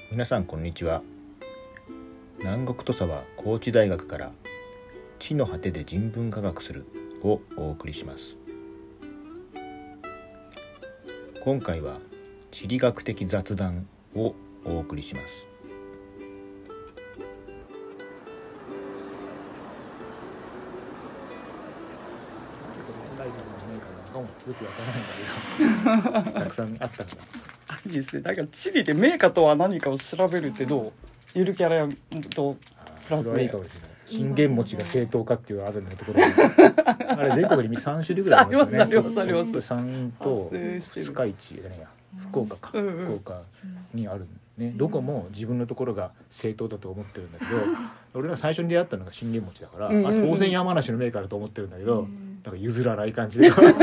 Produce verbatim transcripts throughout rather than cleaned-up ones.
皆さんこんにちは。南国土佐は高知大学から地の果てで人文科学するをお送りします。今回は地理学的雑談をお送りします。よくわからないんだけどたくさんあったんだ。 いいですね。なんか地理で名家とは何かを調べるってどう？ゆるキャラとプラスで。 いいかもしれない。信玄餅が正当かっていうあるのところあれ全国にさん種類ぐらいありますよね。 ありますありますあります。 山陰とスカイチじゃないや福岡か、うんうん、福岡にあるね。どこも自分のところが正当だと思ってるんだけど、俺が最初に出会ったのが信玄餅だから、うんうんうん、あ当然山梨のメーカーだと思ってるんだけど、うん、なんか譲らない感じで出てくる。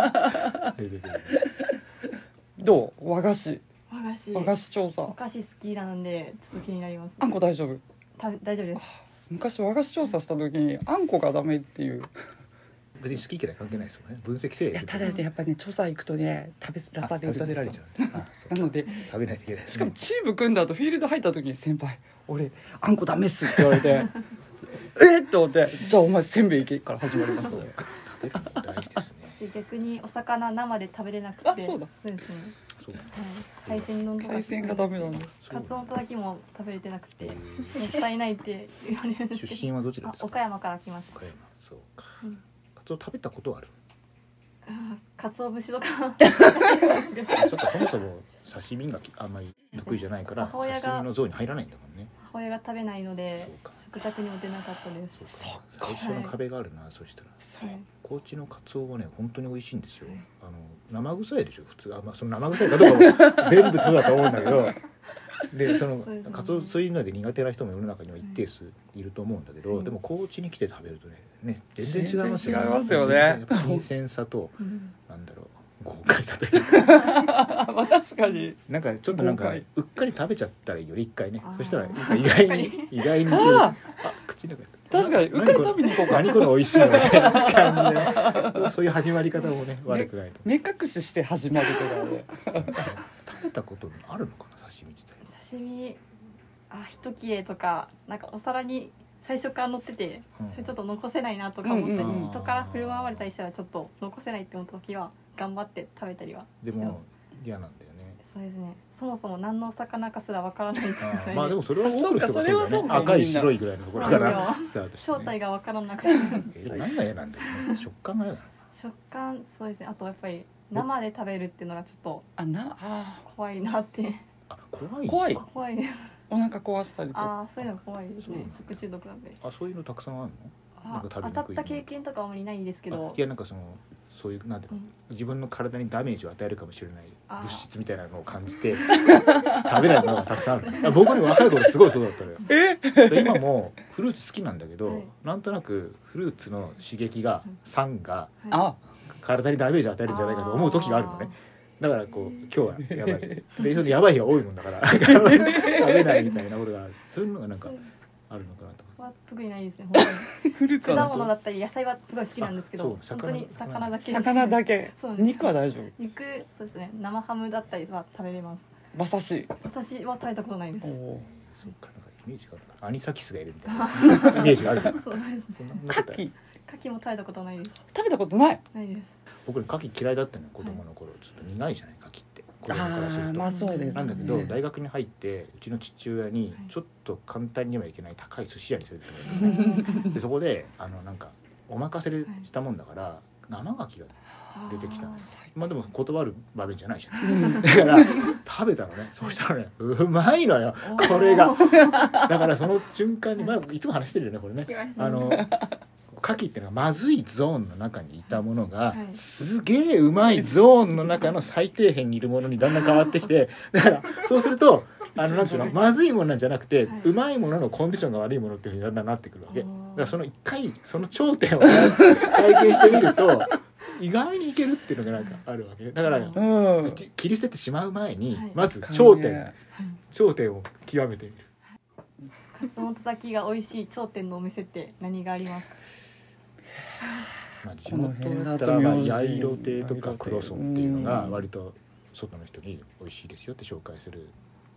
どう？和菓子和菓子和菓子調査。 お菓子好きなんでちょっと気になります。 あんこ大丈夫？ た大丈夫です。 昔和菓子調査した時にあんこがダメっていう。 別に好き嫌い関係ないですよね。分析せえ。 いやただねやっぱりね調査行くとね食べらされるんですよ。食べさせられちゃう。なので食べないといけないですね。 しかもチーム組んだ後フィールド入った時に先輩俺あんこダメっすって言われてえっと思ってじゃあお前せんべいいけから始まります。 食べるの大事ですね。 逆にお魚生で食べれなくて。 あそうだ。 そうですね。 そうだ。 はい、海鮮丼とか海鮮がダメなんだ。 カツオのたたきも食べれてなくてもったいないって言われるんですけど。 出身はどちらですか？ 岡山から来ました。 岡山。そうか。うん、カツオ食べたことはある？ あカツオ節とかちょっとそもそも刺身があんまり得意じゃないから刺身のゾーンに入らないんだもんね。 母親が食べないので食卓にも出なかったです。 そう最初の壁があるな、はい、そしたらそう高知のカツオはね本当に美味しいんですよ、はい、あの生臭いでしょ普通。あ、まあ、その生臭いかどうかも全部そうだと思うんだけどでそのそう、ね、カツオそういうので苦手な人も世の中には一定数いると思うんだけど、はい、でも高知に来て食べるとね、ね全然違いますよね。 違いますよね。 やっぱ新鮮さと、うん、なんだろう豪快さというかまあ確かになんかちょっとなんかうっかり食べちゃったらいいより一回ね。そしたら意外に意外にあ口の中確かにうっかり食べに行こうか。 何この美味しいのみたいな感じでそういう始まり方もね悪くないと。 目隠しして始まるとかね食べたことあるのかな刺身自体。 刺身あ一切れとかなんかお皿に最初から乗ってて、うん、それちょっと残せないなとか思ったり、うんうん、人から振る舞われたりしたらちょっと残せないって思った時は頑張って食べたりはしてます。 でも嫌なんだよね。 そうですね。そもそも何のお魚かすらわからないっていう。 まあでもそれは多くの人がそうだよね。赤い白いぐらいのところからスタートして、ね、 正体がわからなくて何が嫌なんだよね。食感が嫌なの。 食感そうですね。あとやっぱり生で食べるっていうのがちょっとあなあ怖いなって。 あ怖い怖い怖いです。 お腹壊したりとか。 あそういうの怖いですね。食中毒なんで。 あそういうのたくさんあるの？なんか食べにくいの。 当たった経験とかあまりないんですけど。 いやなんかそのそういうなんていうの、うん、自分の体にダメージを与えるかもしれない物質みたいなのを感じて食べないものがたくさんある。いや僕に若い頃すごいそうだったのよ。え今もフルーツ好きなんだけど、はい、なんとなくフルーツの刺激が酸が体にダメージを与えるんじゃないかと思う時があるのね。だからこう今日はやばいでそのやばい日が多いもんだから食べないみたいなことがある。そういうのがなんかあるのかなと。 は特にないですね。本当にフルーツ果物だったり野菜はすごい好きなんですけど、本当に魚だけ。 魚だけ。肉は大丈夫。 肉そうですね。生ハムだったりは食べれます。 馬刺し。 馬刺しは食べたことないです。 おそうかなんかイメージがあるな。アニサキスがいるみたいなイメージがある。そうですね。 牡蠣牡蠣も食べたことないです。 食べたことない。 ないです。 僕ね牡蠣嫌いだったのよ子供の頃。ちょっと苦いじゃない牡蠣って。子供からすると。 まあそうですね。 なんだけど大学に入ってうちの父親にちょっと簡単にはいけない高い寿司屋に連れてってもらってでそこであのなんかお任せしたもんだから生牡蠣が出てきたの。まあでも断る場面じゃないじゃん。だから食べたのね。そしたらねうまいのよこれが。だからその瞬間にまあいつも話してるよねこれね。あの牡蠣ってのはまずいゾーンの中にいたものが、はい、すげえうまいゾーンの中の最底辺にいるものにだんだん変わってきてだからそうするとあのなんていうのまずいものなんじゃなくて、はい、うまいもののコンディションが悪いものっていうふうにだんだんなってくるわけだからその一回その頂点を体験してみると意外にいけるっていうのがなんかあるわけだから、うん、切り捨ててしまう前に、はい、まず頂点、はい、頂点を極めてみる。 カツオのたたきが美味しい頂点のお店って何がありますか？ まあ、地元だったら八色亭とか黒村っていうのが割と外の人に美味しいですよって紹介する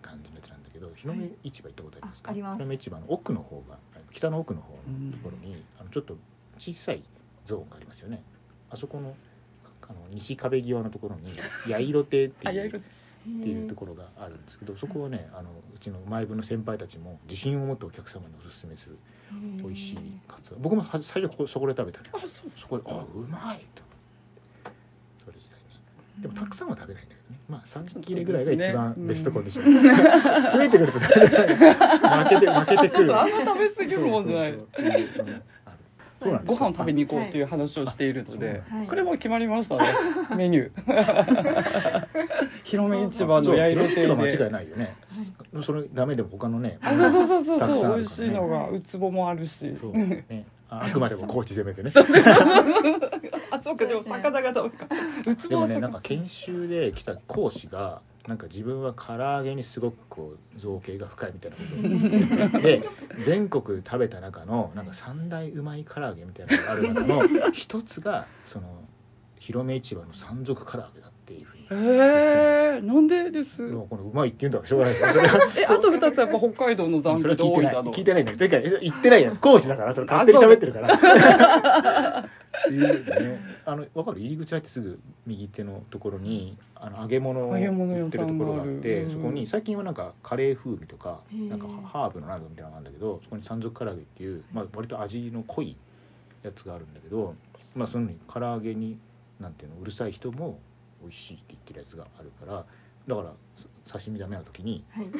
感じのやつなんだけど、広め市場行ったことありますか？ ああります。 広め市場の奥の方が北の奥の方のところに、あのちょっと小さいゾーンがありますよね。あそこのあの西壁際のところに八色亭っていうっていうところがあるんですけど、そこはね、あのうちの前部の先輩たちも自信を持ってお客様におすすめする美味しいカツオ。僕も最初ここそこで食べたね。あ、そう、そこで、あ、うまいと。それ以来ね。でもたくさんは食べないんだけどね。まあさん切れぐらいが一番ベストコンディション。ね、うん、増えてくると食べない。負けて負けてくる。 そうそう、あんま食べ過ぎるもんじゃない。ご飯を食べに行こうという話をしているので、はい、これも決まりましたね、メニュー。広め市場の八色亭で間違いないよね。それダメでも他のね、 あ、そうそうそうそうそう、美味しいのがウツボもあるし、 そうね、あくまでも高知攻めてね。 あ、そうか、でも魚がダメか。ウツボはでもね、なんか研修で来た講師がなんか自分は唐揚げにすごくこう造形が深いみたいなことで、全国食べた中のなんか三大うまい唐揚げみたいなのがある中の一つがその広め市場の山賊唐揚げだっていうふうに。 えー、なんでです？ このうまいって言うんだからしょうがないから。 え、あと二つはやっぱ北海道の残機と大分の。 聞いてないんだよ。てか言ってないやつ講師だからそれ勝手に喋ってるから。っていうね、あの分かる？入り口入ってすぐ右手のところにあの揚げ物を売ってるところがあって、そこに最近はなんかカレー風味とかなんかハーブのラードみたいなのがあるんだけど、そこに山賊唐揚げっていう、まあ、割と味の濃いやつがあるんだけど、まあそのに唐揚げになんていうのうるさい人も美味しいって言ってるやつがあるから、だから刺身ダメな時に、はい、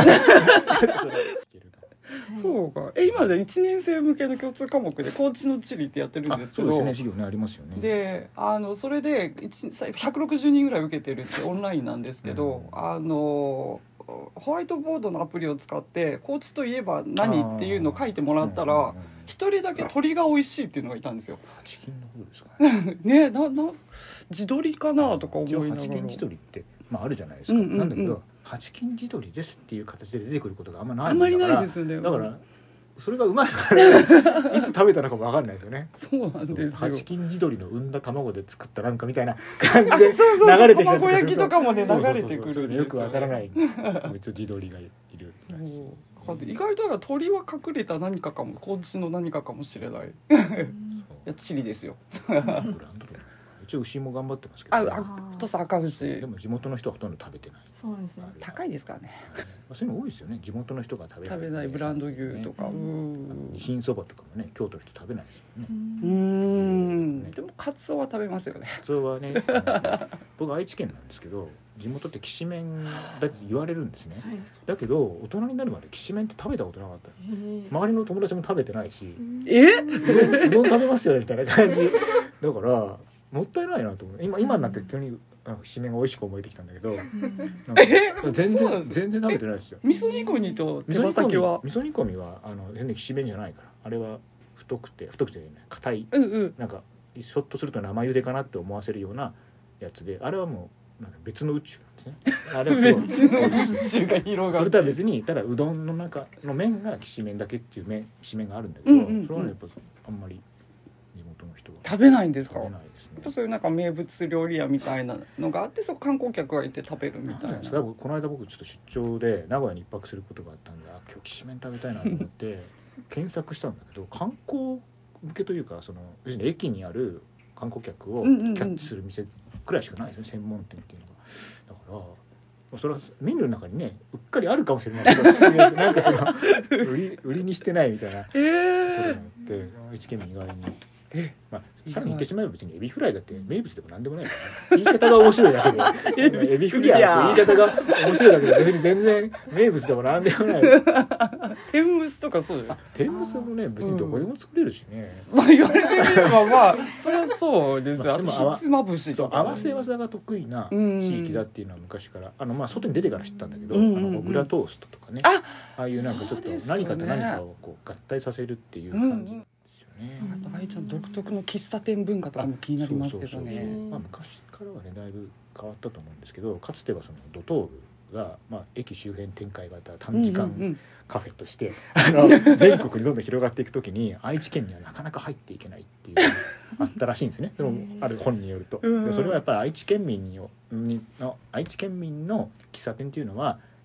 そうか。え、今でいちねん生向けの共通科目で高知の地理ってやってるんですけど、 そうですね、授業ねありますよね。 で、あのそれでひゃくろくじゅうにんぐらい受けてるってオンラインなんですけど、うん、あのホワイトボードのアプリを使って高知といえば何っていうのを書いてもらったら一人だけ鳥が美味しいっていうのがいたんですよ。 八金の方ですかね。 ね、なな地鶏かなとか思いながら。 八金地鶏ってまああるじゃないですか。うんうんうん、なんだけど八金地鶏ですっていう形で出てくることがあんまないんだから。あんまりないですよね。だからそれがうまいからいつ食べたのかも分かんないですよね。 そうなんですよ。 八金地鶏の産んだ卵で作ったなんかみたいな感じで流れてきたりとかすると、 卵焼きとかもね流れてくるんですよね。 よく分からない。一応地鶏がいるらしい。 意外と鳥は隠れた何かかも、高知の何かかもしれない。いやチリですよ。 一応牛も頑張ってますけど、 ね、ああとさ赤牛でも地元の人はほとんど食べてない。 そうですね、 高いですからね。 そういうの多いですよね。地元の人が食べない、 食べないブランド牛とか、 ニシンそばとかもね、京都の人食べないですもんね。 うーん、でもカツオは食べますよね。 カツオはね、僕愛知県なんですけど、地元ってきしめんだって言われるんですね。だけど大人になるまできしめんって食べたことなかった。周りの友達も食べてないし、 えうどん食べますよねみたいな感じだからもったいないなと思う。今今になって急にきしめんが美味しく思えてきたんだけど、なんか全然全然食べてないですよ。 味噌煮込みと手羽先は味噌煮込みはあの全然きしめんじゃないから、あれは太くて太くてね硬い、 うんうん、 なんかひょっとすると生茹でかなって思わせるようなやつで、あれはもうなんか別の宇宙なんですね。あれはすごい別の宇宙が広がる。 それとは別にただうどんの中の麺がきしめんだけっていう麺きしめんがあるんだけど、うんうんうん、それはねやっぱあんまり地元の人は食べないんですか？ 食べないですね。 やっぱそういうなんか名物料理屋みたいなのがあって、そこ観光客がいて食べるみたいな。 なこの間僕ちょっと出張で名古屋に一泊することがあったんで、あ今日きしめん食べたいなと思って検索したんだけど、観光向けというかその要するに駅にある観光客をキャッチする店くらいしかないですね、専門店っていうのが。だからそれはメニューの中にねうっかりあるかもしれないけどなんかその売り売りにしてないみたいなところがあって、愛知県民意外に。えまあ、さらに言ってしまえば別にエビフライだって名物でも何でもないから、ね、言い方が面白いだけでエビフリアって言い方が面白いだけで別に全然名物でも何でもない。 天むすとかそうだよ。 天むすもね別にどこでも作れるしね、 うん、まあ言われてみればまあそれはそうですよ。あとひつまぶしとか合わせ技が得意な地域だっていうのは昔からあの、まあ、外に出てから知ったんだけど、うんうんうん、あの小倉トーストとかね、ああいうなんかちょっと何かと何かをこう合体させるっていう感じ、うんうん、 あと愛ちゃん独特の喫茶店文化とかも気になりますけどね。 まあ、昔からはねだいぶ変わったと思うんですけど、かつてはそのドトールが、まあ、駅周辺展開型短時間カフェとして、うんうんうん、あの全国にどんどん広がっていくときに愛知県にはなかなか入っていけないっていうのがあったらしいんですね。でもある本によると、でそれはやっぱり愛知県民にの愛知県民の喫茶店っていうのは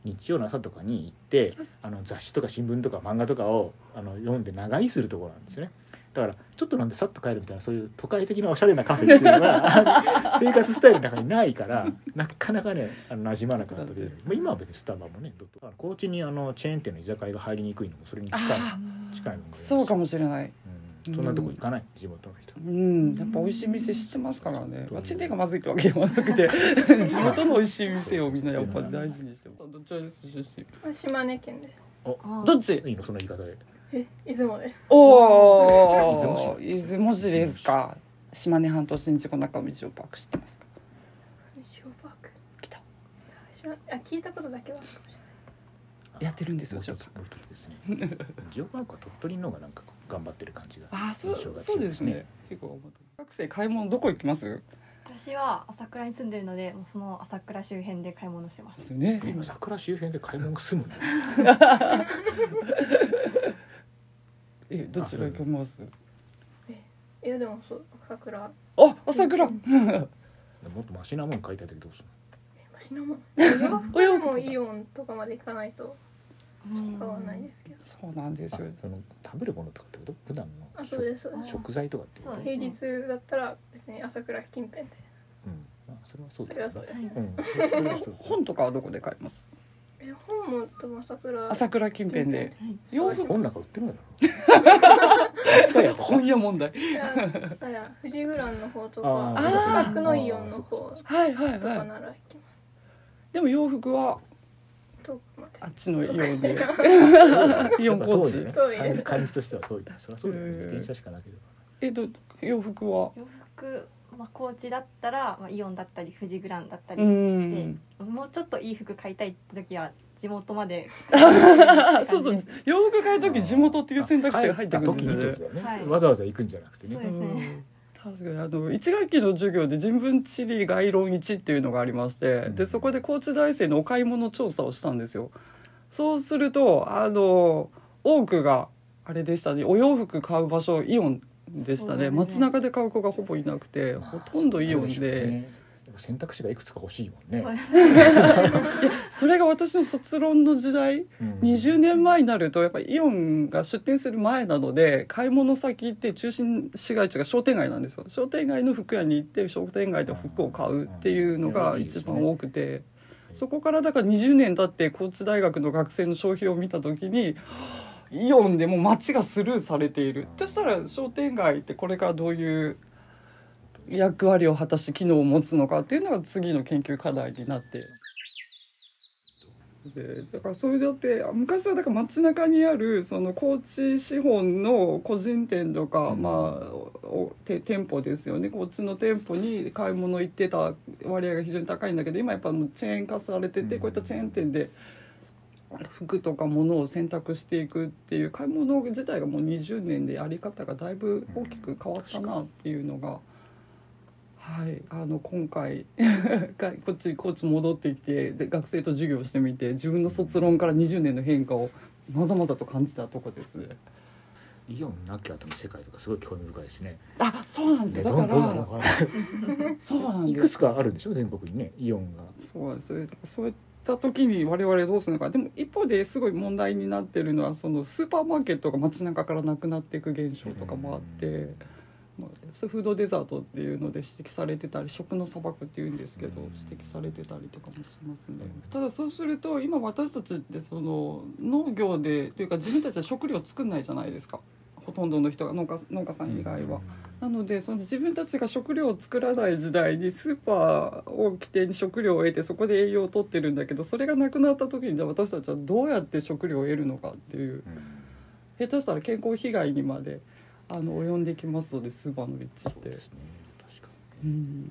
日曜の朝とかに行ってあの雑誌とか新聞とか漫画とかをあの読んで長居するところなんですよね。だからちょっとなんでさっと帰るみたいなそういう都会的なおしゃれなカフェっていうのは生活スタイルの中にないからなかなかねあの馴染まなくなったけど、まあ、今は別にスタバもねどっと高知にあのチェーン店の居酒屋が入りにくいのもそれに近い近いのもそうかもしれない、 うん、そんなとこ行かない、うん、地元の人、 うん、やっぱ美味しい店知ってますからね。チェーン店がまずいってわけではなくて地元の美味しい店をみんなやっぱり大事にしてます。どちらです出身？ 島根県で。 どっち？ いいのその言い方で。 え、出雲で。 おお、出雲市ですか。島根半島新地区中道をパーク知ってますか？ 道をパーク。 来た。 あ、聞いたことだけはあるかもしれない。 やってるんですよ。 もう一つもう一つですね。ジオパークは鳥取の方がなんか頑張ってる感じが。 あ、そうそうですね。結構学生買い物どこ行きます？ 私は朝倉に住んでるのでもうその朝倉周辺で買い物してます。 ですよね。 朝倉周辺で買い物するの？ え、どちら行きます？ え、いやでもそう朝倉。 あ、朝倉。 もっとマシなもん買いたい時どうするの？ マシなもん。洋服でもイオンとかまで行かないと買わないですけど。 そうなんですよ。 その食べるものとかってこと？普段のあ、そうですそうです。 食材とかってこと？ 平日だったら別に朝倉近辺で。 うん、まあそれはそうだ。 それはそうです。 うん。 本とかはどこで買います？ え、本も多分朝倉。 朝倉近辺で。 洋服本なんか売ってるんだろ。 本屋問題。 いや、さや富士グランの方とか、近くのイオンの方とかはいはいはい。 なら行きます。 でも洋服は遠くまで。 あっちのイオンで。イオン高知。 感じとしては遠い。そりゃそうだよね。自転車しかなければ。 えっと洋服は？ 洋服、まあ、高知だったら、まあ、イオンだったり富士グランだったりしてもうちょっといい服買いたいって時は地元までそうそう、洋服買う時地元っていう選択肢が入ってくるんですよね。 はい、わざわざ行くんじゃなくてね。 そうですね。 確かにあのいち学期の授業で人文地理概論いちっていうのがありまして、うん、でそこで高知大生のお買い物調査をしたんですよ。そうするとあの多くがあれでしたね、お洋服買う場所イオンでしたね。街中で買う子がほぼいなくて、ほとんどイオンで。 選択肢がいくつか欲しいもんね。 それが私の卒論の時代、うん、にじゅうねんまえになるとやっぱりイオンが出店する前なので買い物先って中心市街地が商店街なんですよ。商店街の服屋に行って商店街で服を買うっていうのが一番多くて、そこからだからにじゅうねん経って高知大学の学生の消費を見た時にイオンでもう街がスルーされている。そしたら商店街ってこれからどういう役割を果たし機能を持つのかっていうのが次の研究課題になって、でだからそれだって昔はだから街中にあるその高知資本の個人店とか、うん、まあ店舗ですよね。高知の店舗に買い物行ってた割合が非常に高いんだけど、今やっぱもうチェーン化されてて、うん、こういったチェーン店で服とか物を選択していくっていう買い物自体がもうにじゅうねんでやり方がだいぶ大きく変わったなっていうのが、はい、あの今回こっち高知戻ってきてで学生と授業してみて自分の卒論からにじゅうねんの変化をまざまざと感じたとこです。 イオンなきゃとの世界とかすごい興味深いですね。 あ、そうなんです。だからそうなんです。 いくつかあるんでしょ全国にねイオンが。 そうです。そういった時に我々どうするのか。でも一方ですごい問題になってるのはそのスーパーマーケットが街中からなくなっていく現象とかもあって。フードデザートっていうので指摘されてたり食の砂漠っていうんですけど指摘されてたりとかもしますね。ただそうすると今私たちってその農業でというか自分たちは食料作んないじゃないですか。ほとんどの人が農家、農家さん以外は。なのでその自分たちが食料を作らない時代にスーパーを起点に食料を得てそこで栄養を取ってるんだけど、それがなくなった時にじゃあ私たちはどうやって食料を得るのかっていう、下手したら健康被害にまであの及んできますのでスーパーの立地って。そうですね、確かに。うん、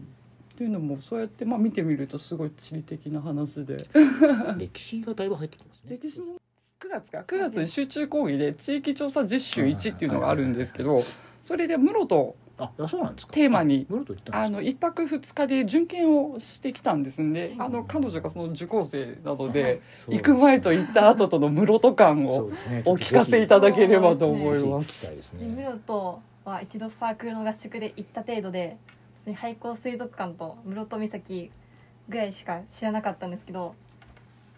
っていうのもそうやってまあ見てみるとすごい地理的な話で歴史がだいぶ入ってきますね。 歴史もくがつかくがつに集中講義で地域調査実習いちっていうのがあるんですけど、それで室戸あ、そうなんですか。 テーマにあのいっぱくふつかで巡検をしてきたんですんで、あの彼女がその受講生なので行く前と行った後との室戸感をお聞かせいただければと思います。 室戸は一度サークルの合宿で行った程度で廃校水族館と室戸岬ぐらいしか知らなかったんですけど、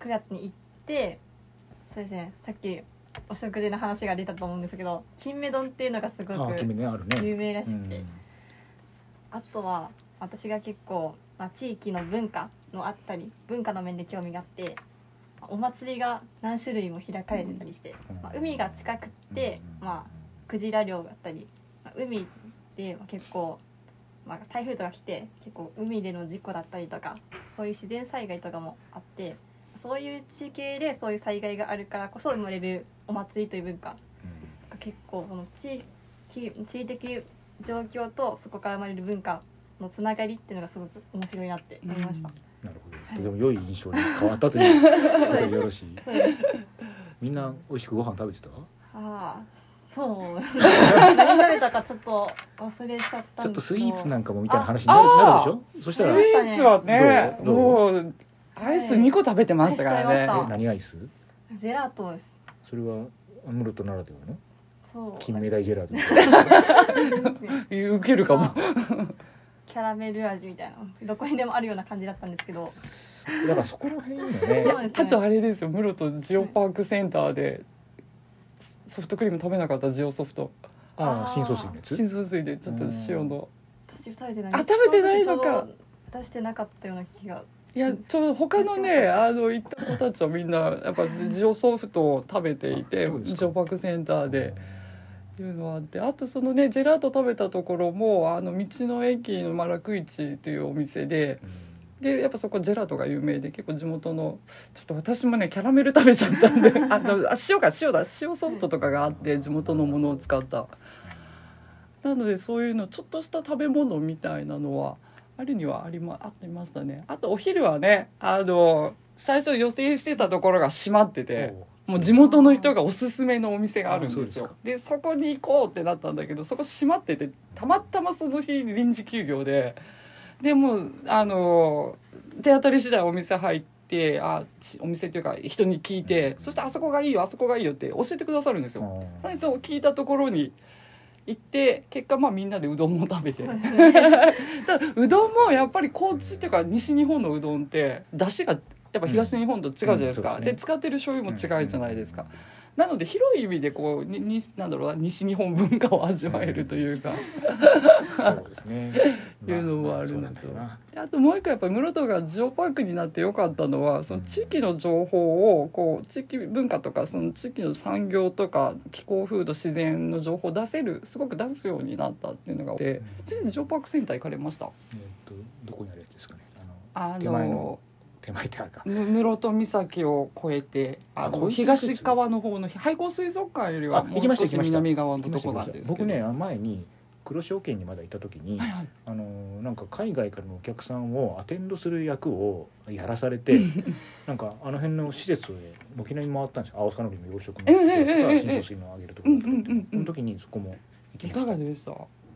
くがつに行ってそうですねさっきお食事の話が出たと思うんですけど金目丼っていうのがすごく有名らしくて、ねあ, あとは私が結構、まあ、地域の文化のあったり文化の面で興味があってお祭りが何種類も開かれてたりして、まあ、海が近くって、まあ、クジラ漁があったり、まあ、海で結構、まあ、台風とか来て結構海での事故だったりとかそういう自然災害とかもあってそういう地形でそういう災害があるからこそ生まれるお祭りという文化、うん、結構その地域、地理的状況とそこから生まれる文化のつながりっていうのがすごく面白いなって思いました、うんなるほど、はい、とても良い印象に変わったということでよろしいそうですみんな美味しくご飯食べてた？ ああそう何食べたかちょっと忘れちゃったんですけどちょっとスイーツなんかもみたいな話になるでしょ。そしたらスイーツはねどうもうアイスにこ食べてましたからね、 はい、 え何アイス？ ジェラートです。 それは室戸ならではのそう金目鯛ジェラート受けるかもキャラメル味みたいなどこにでもあるような感じだったんですけどだからそこら辺よねねあとあれですよ室戸ジオパークセンターでソフトクリーム食べなかったジオソフトああ新総水のやつ新総水でちょっと塩の私食べてないあ食べてないのか出してなかったような気がいやちょうど他のねあの行った子たちはみんなやっぱジオソフトを食べていてジオパークセンターでいうのがあってあとそのねジェラート食べたところもあの道の駅のマラクイチというお店で、うん、でやっぱそこジェラートが有名で結構地元のちょっと私もねキャラメル食べちゃったんであのあ塩が塩だ塩ソフトとかがあって地元のものを使ったなのでそういうのちょっとした食べ物みたいなのはあるにはありま、ありましたね。あとお昼はねあの最初予定してたところが閉まっててもう地元の人がおすすめのお店があるんですよ。でそこに行こうってなったんだけどそこ閉まっててたまたまその日臨時休業ででもうあの手当たり次第お店入ってあお店っていうか人に聞いてそしてあそこがいいよあそこがいいよって教えてくださるんですよ。でそう聞いたところに行って結果まあみんなでうどんも食べてうどんもやっぱり高知っていうか西日本のうどんって出汁がやっぱ東日本と違うじゃないですか、うんうん で, ね、で使ってる醤油も違うじゃないですか、うんうん、なので広い意味でこうにになんだろうな西日本文化を味わえるというかそうですねいうのもあるのと、まあ、あともう一個やっぱり室戸がジオパークになってよかったのはその地域の情報をこう地域文化とかその地域の産業とか気候風土自然の情報を出せるすごく出すようになったっていうのがあって実にジオパークセンター行かれました？ えー、とどこにあるやつですかねあの手前の手前ってあるか室戸岬を越えてあの東側の方の廃校水族館よりはもう少し南側のところなんですけど僕ね前に黒潮県にまだいた時に、はいはい、あのなんか海外からのお客さんをアテンドする役をやらされてなんかあの辺の施設で軒並み回ったんですよ。青さのりの養殖のとか、えーえー、新総水のあげるところとか、うんうんうん、その時にそこも行きました。 いかがでした？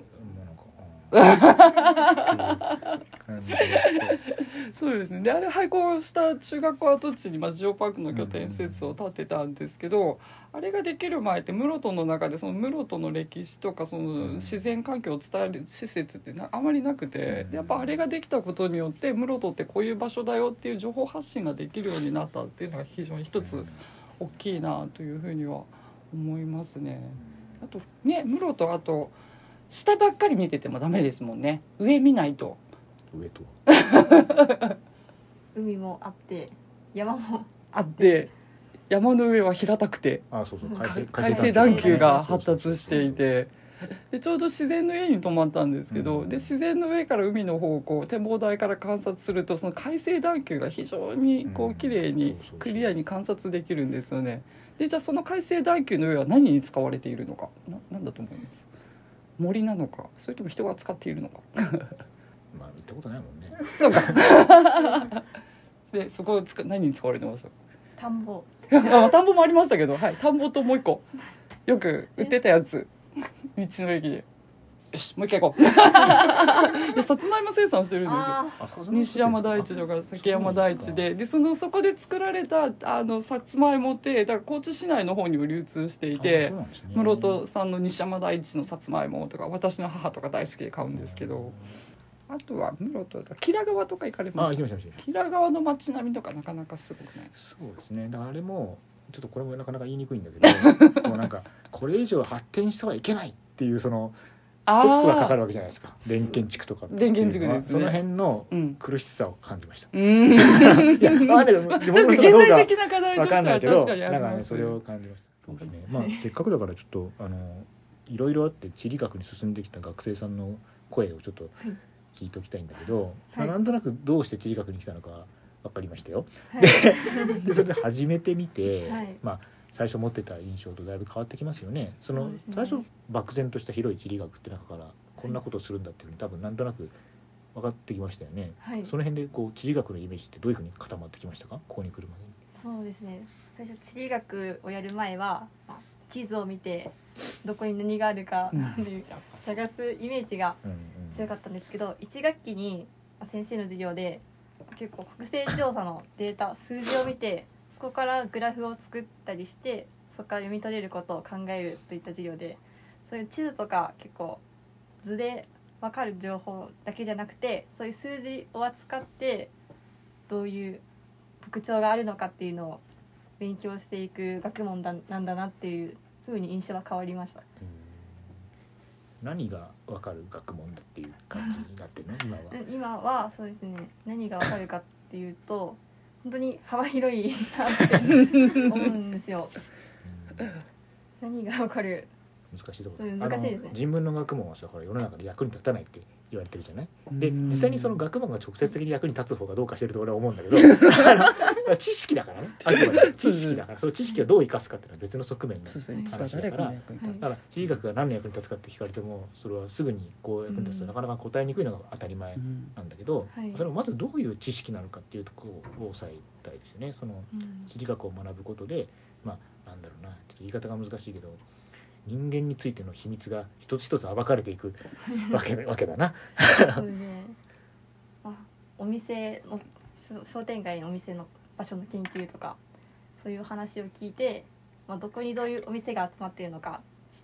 そうですね。であれ廃校した中学校跡地に、まあ、ジオパークの拠点施設を建てたんですけど、あれができる前って室戸の中でその室戸の歴史とかその自然環境を伝える施設ってなあまりなくて、でやっぱあれができたことによって室戸ってこういう場所だよっていう情報発信ができるようになったっていうのが非常に一つ大きいなというふうには思いますね。あとね室戸あと下ばっかり見ててもダメですもんね。上見ないと。 上と海もあって山もあって山の上は平たくてあそうそう海成段丘が発達していてでちょうど自然の家に泊まったんですけど、うん、で自然の上から海の方をこう展望台から観察するとその海成段丘が非常にこう綺麗にクリアに観察できるんですよね。でじゃあその海成段丘の上は何に使われているのか な, なんだと思います？森なのかそれとも人が使っているのかまあ行ったことないもんね。 そうかでそこをつか何に使われてます？ 田んぼあ田んぼもありましたけど、はい、田んぼともう一個よく売ってたやつ道の駅でよしもう一回行こういやさつまいも生産してるんですよ。西山大地とか崎山大地でで そ, のそこで作られたあのさつまいもってだから高知市内の方にも流通していて、ね、室戸産の西山大地のさつまいもとか私の母とか大好きで買うんですけどあとは室戸だ、吉良川とか行かれまあした。 行きました行きました。 吉良川の街並みとかなかなかすごくないですか。 そうですね。だからあれもちょっとこれもなかなか言いにくいんだけどもうなんかこれ以上発展してはいけないっていうそのステップがかかるわけじゃないですか。電建築とかっていうのは電建築ですねその辺のうん苦しさを感じました。 うんいやわかんないけど地元の確かに人がどうか現代的な課題とわしてはかんないけど確かにあなんかりますねそれを感じました。そうですね。まあせっかくだからちょっとあのいろいろあって地理学に進んできた学生さんの声をちょっと聞いておきたいんだけど、まあ、なんとなくどうして地理学に来たのか分かりましたよ。 はいでそれで始めてみて、 はいまあ最初持ってた印象とだいぶ変わってきますよね。そのそうですね最初漠然とした広い地理学って中からこんなことをするんだっていうふうに多分なんとなく分かってきましたよね。 はいその辺でこう地理学のイメージってどういうふうに固まってきましたか、ここに来るまそうですね、最初地理学をやる前はまあ地図を見てどこに何があるかっていう探すイメージがで。うんうん強かったんですけど、いち学期に先生の授業で結構国勢調査のデータ数字を見てそこからグラフを作ったりしてそこから読み取れることを考えるといった授業で、そういう地図とか結構図で分かる情報だけじゃなくてそういう数字を扱ってどういう特徴があるのかっていうのを勉強していく学問だなんだなっていう風に印象は変わりました。 うん何が分かる学問だっていう感じになってるの今は。 うん今はそうですね、何がわかるかっていうと本当に幅広いなって思うんですよ。 うん何がわかる。 難しいところ、 うん難しいですねあの人文の学問はさほら世の中で役に立たないって言われてるじゃない。でうん実際にその学問が直接的に役に立つ方がどうかしてると俺は思うんだけどあの知識だからね、あくまで知識だからその知識をどう生かすかっていうのは別の側面のそうそういつか話だから。 誰かの役に立つだから地理学が何の役に立つかって聞かれてもそれはすぐにこう役に立つとうんなかなか答えにくいのが当たり前うんなんだけど、 はいそれをまずどういう知識なのかっていうところを押さえたいですよね。そのうん地理学を学ぶことでまあなんだろうなちょっと言い方が難しいけど人間についての秘密が一つ一つ暴かれていくわけわけだな。 そうですね。あ、お店の商商店街のお店の場所の研究とかそういう話を聞いて、まあ、どこにどういうお店が集まっているのか知って、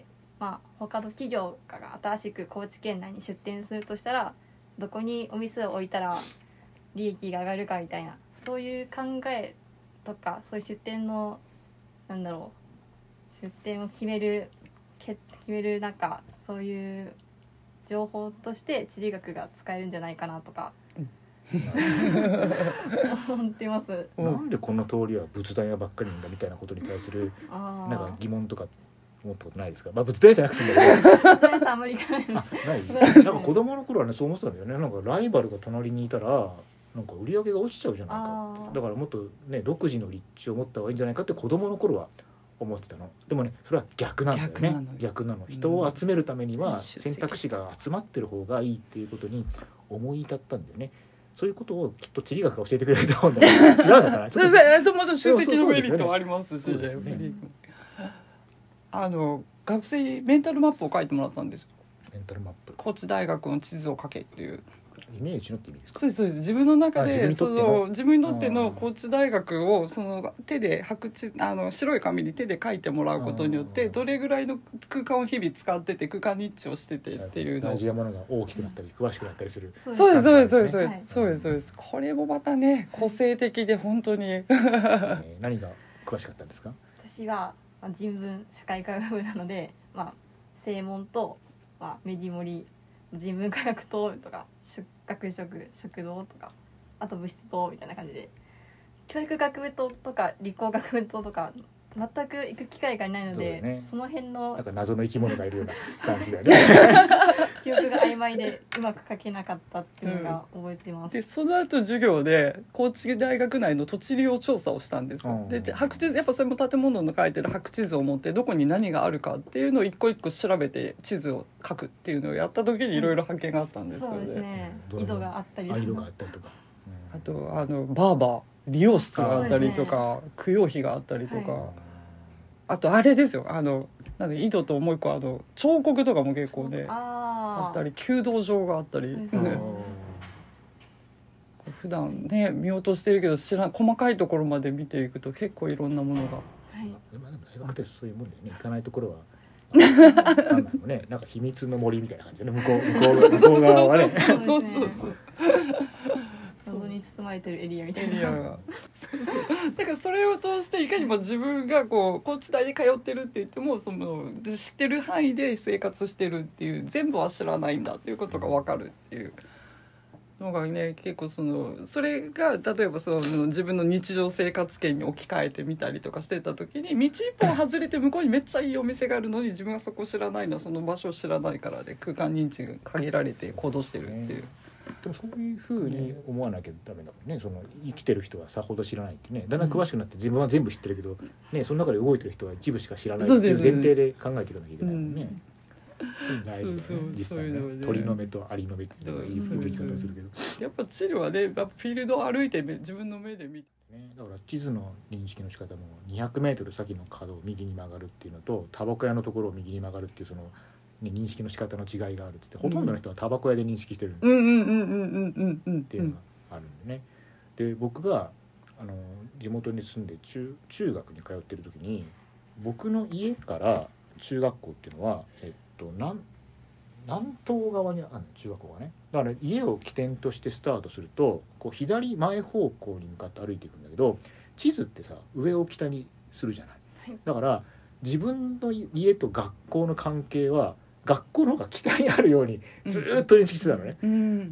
まあ、他の企業家が新しく高知県内に出店するとしたらどこにお店を置いたら利益が上がるかみたいなそういう考えとかそういう出店のなんだろう出店を決める決決めるなんかそういう情報として地理学が使えるんじゃないかなとか思ってます。 なんでこの通りは仏壇屋ばっかりなんだみたいなことに対するあなんか疑問とか思ったことないですか。まあ仏壇屋じゃなくてもいいんだけどあ、それさあ無理がない。 あないなんか子供の頃はねそう思ってたんだよね。なんかライバルが隣にいたらなんか売り上げが落ちちゃうじゃないかあーだからもっとね独自の立地を持った方がいいんじゃないかって子供の頃は思ってたの。でもねそれは逆なんだよね。 逆なのよ逆なの。人を集めるためにはうん選択肢が集まってる方がいいっていうことに思い至ったんだよね。そういうことをきっと地理学が教えてくれると思うんだけど違うのかな。 そうそうそうもちろん出席のメリットはありりますし、 そうですよねメリットあの学生メンタルマップを書いてもらったんですよ。 メンタルマップ高知大学の地図を書けっていう。 イメージのって意味ですか。 そうですそうです。自分の中あ自分でそにとってのの自分にとってのあー高知大学をその手で白地あの白い紙に手で書いてもらうことによってあーどれぐらいの空間を日々使ってて空間日致をしててっていうのを大事なものが大きくなったり詳しくなったりする。 そうですそうですそうですそうではいすそうですそうです。これもまたね個性的で本当にえー何が詳しかったんですか。 私は、まあ、人文社会科学部なので、まあ、正門と、まあ、メディモリ人文科学棟とか学食食堂とかあと物質棟みたいな感じで教育学部棟とか理工学部棟とか全く行く機会がないのでそうだよねその辺のなんか謎の生き物がいるような感じだよね。 記憶が曖昧でうまく書けなかったっていうのが覚えてます。 でその後授業で高知大学内の土地利用調査をしたんですよ。 うんで白地図やっぱそれも建物の書いてる白地図を持ってどこに何があるかっていうのを一個一個調べて地図を書くっていうのをやった時にいろいろ発見があったんですよそうですね。 ねうん井戸があったりあ色があったりとか。 あとあのバーバー理容室があったりとか、供養費があったりとか、 はあとあれですよあのなんで井戸ともう一個あの彫刻とかも結構ねああったり弓道場があったり、 そうですねうん普段ね見落としてるけど知らん細かいところまで見ていくと結構いろんなものがはいでもでも大学ってそういうもんだよね。行かないところはなんだろうね、なんか秘密の森みたいな感じでね、向こう向こう向こう側はね。 そうそうそうそう謎に包まれてるエリアみたいな。 エリアがそうそうだからそれを通していかにも自分がこう高知大に通ってるって言ってもその知ってる範囲で生活してるっていう全部は知らないんだっていうことが分かるっていうのがね結構そのそれが例えばその自分の日常生活圏に置き換えてみたりとかしてた時に道一本外れて向こうにめっちゃいいお店があるのに自分がそこ知らないのはその場所を知らないからで空間認知が限られて行動してるっていう。 でもそういうふうに思わなきゃダメだもんね。その生きてる人はさほど知らないってね、だんだん詳しくなって自分は全部知ってるけど、ね、その中で動いてる人は一部しか知らないっていう前提で考えていかなきゃいけないもんね。そういうの大事だよね。実際ね、鳥の目とアリの目っていうのがいい言い方をするけど、 やっぱ地理はね、やっぱフィールドを歩いて自分の目で見て、 ね、だから地図の認識の仕方もにひゃくメートル先の角を右に曲がるっていうのとタバコ屋のところを右に曲がるっていうそのね、認識の仕方の違いがあるっつって、ほとんどの人はタバコ屋で認識してるっていうのがあるんでね。で僕があの地元に住んで 中, 中学に通ってる時に僕の家から中学校っていうのは、えっと、南, 南東側にある中学校がね。だから家を起点としてスタートするとこう左前方向に向かって歩いていくんだけど、地図ってさ上を北にするじゃない、はい、だから自分の家と学校の関係は学校の方が北にあるようにずっと認識してたのね、うん、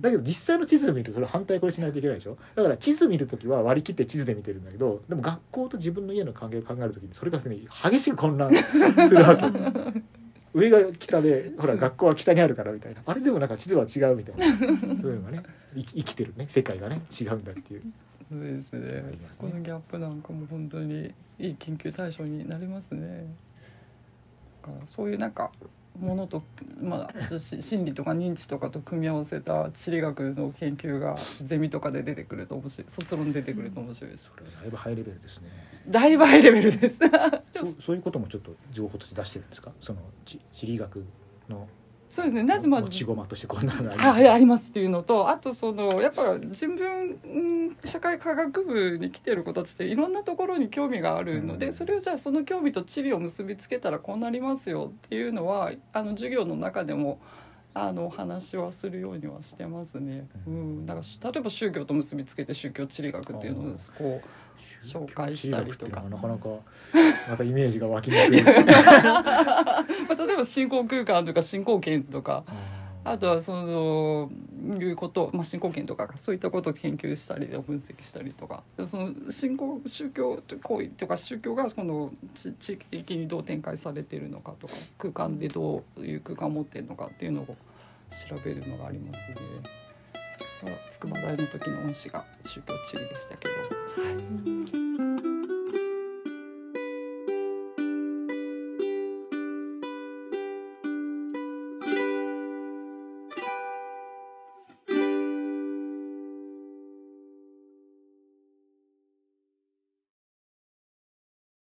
だけど実際の地図を見るとそれ反対これしないといけないでしょ。だから地図見るときは割り切って地図で見てるんだけど、でも学校と自分の家の関係を考えるときにそれがですね激しく混乱するわけ上が北でほら学校は北にあるからみたいな、あれでもなんか地図は違うみたいなそういうのがね生きてるね世界がね違うんだっていう。 そうですね。そこのギャップなんかも本当にいい研究対象になりますね。そういうなんかものと、まあ、心理とか認知とかと組み合わせた地理学の研究がゼミとかで出てくると面白い、卒論出てくると面白いです。 それはだいぶハイレベルですね。 だいぶハイレベルですそ, そういうこともちょっと情報として出してるんですか、その地理学の。 そうですね。なぜまあ持ち駒としてこんなのがあります。あ、ありますっていうのと、あとそのやっぱ自分社会科学部に来てる子たちっていろんなところに興味があるので、うん、それをじゃあその興味と地理を結びつけたらこうなりますよっていうのはあの授業の中でもあの話はするようにはしてますね。うん、だから例えば宗教と結びつけて宗教地理学っていうのをこう紹介したりとか、 なかなかまたイメージが湧きにくい例えば信仰空間とか信仰圏とか、あとはそのいうこと、まあ、信仰圏とかそういったことを研究したり分析したりとか、その信仰宗教行為とか宗教がこの地域的にどう展開されているのかとか、空間でどういう空間を持っているのかっていうのを調べるのがありますね。筑波大の時の恩師が宗教地理でしたけど、はい。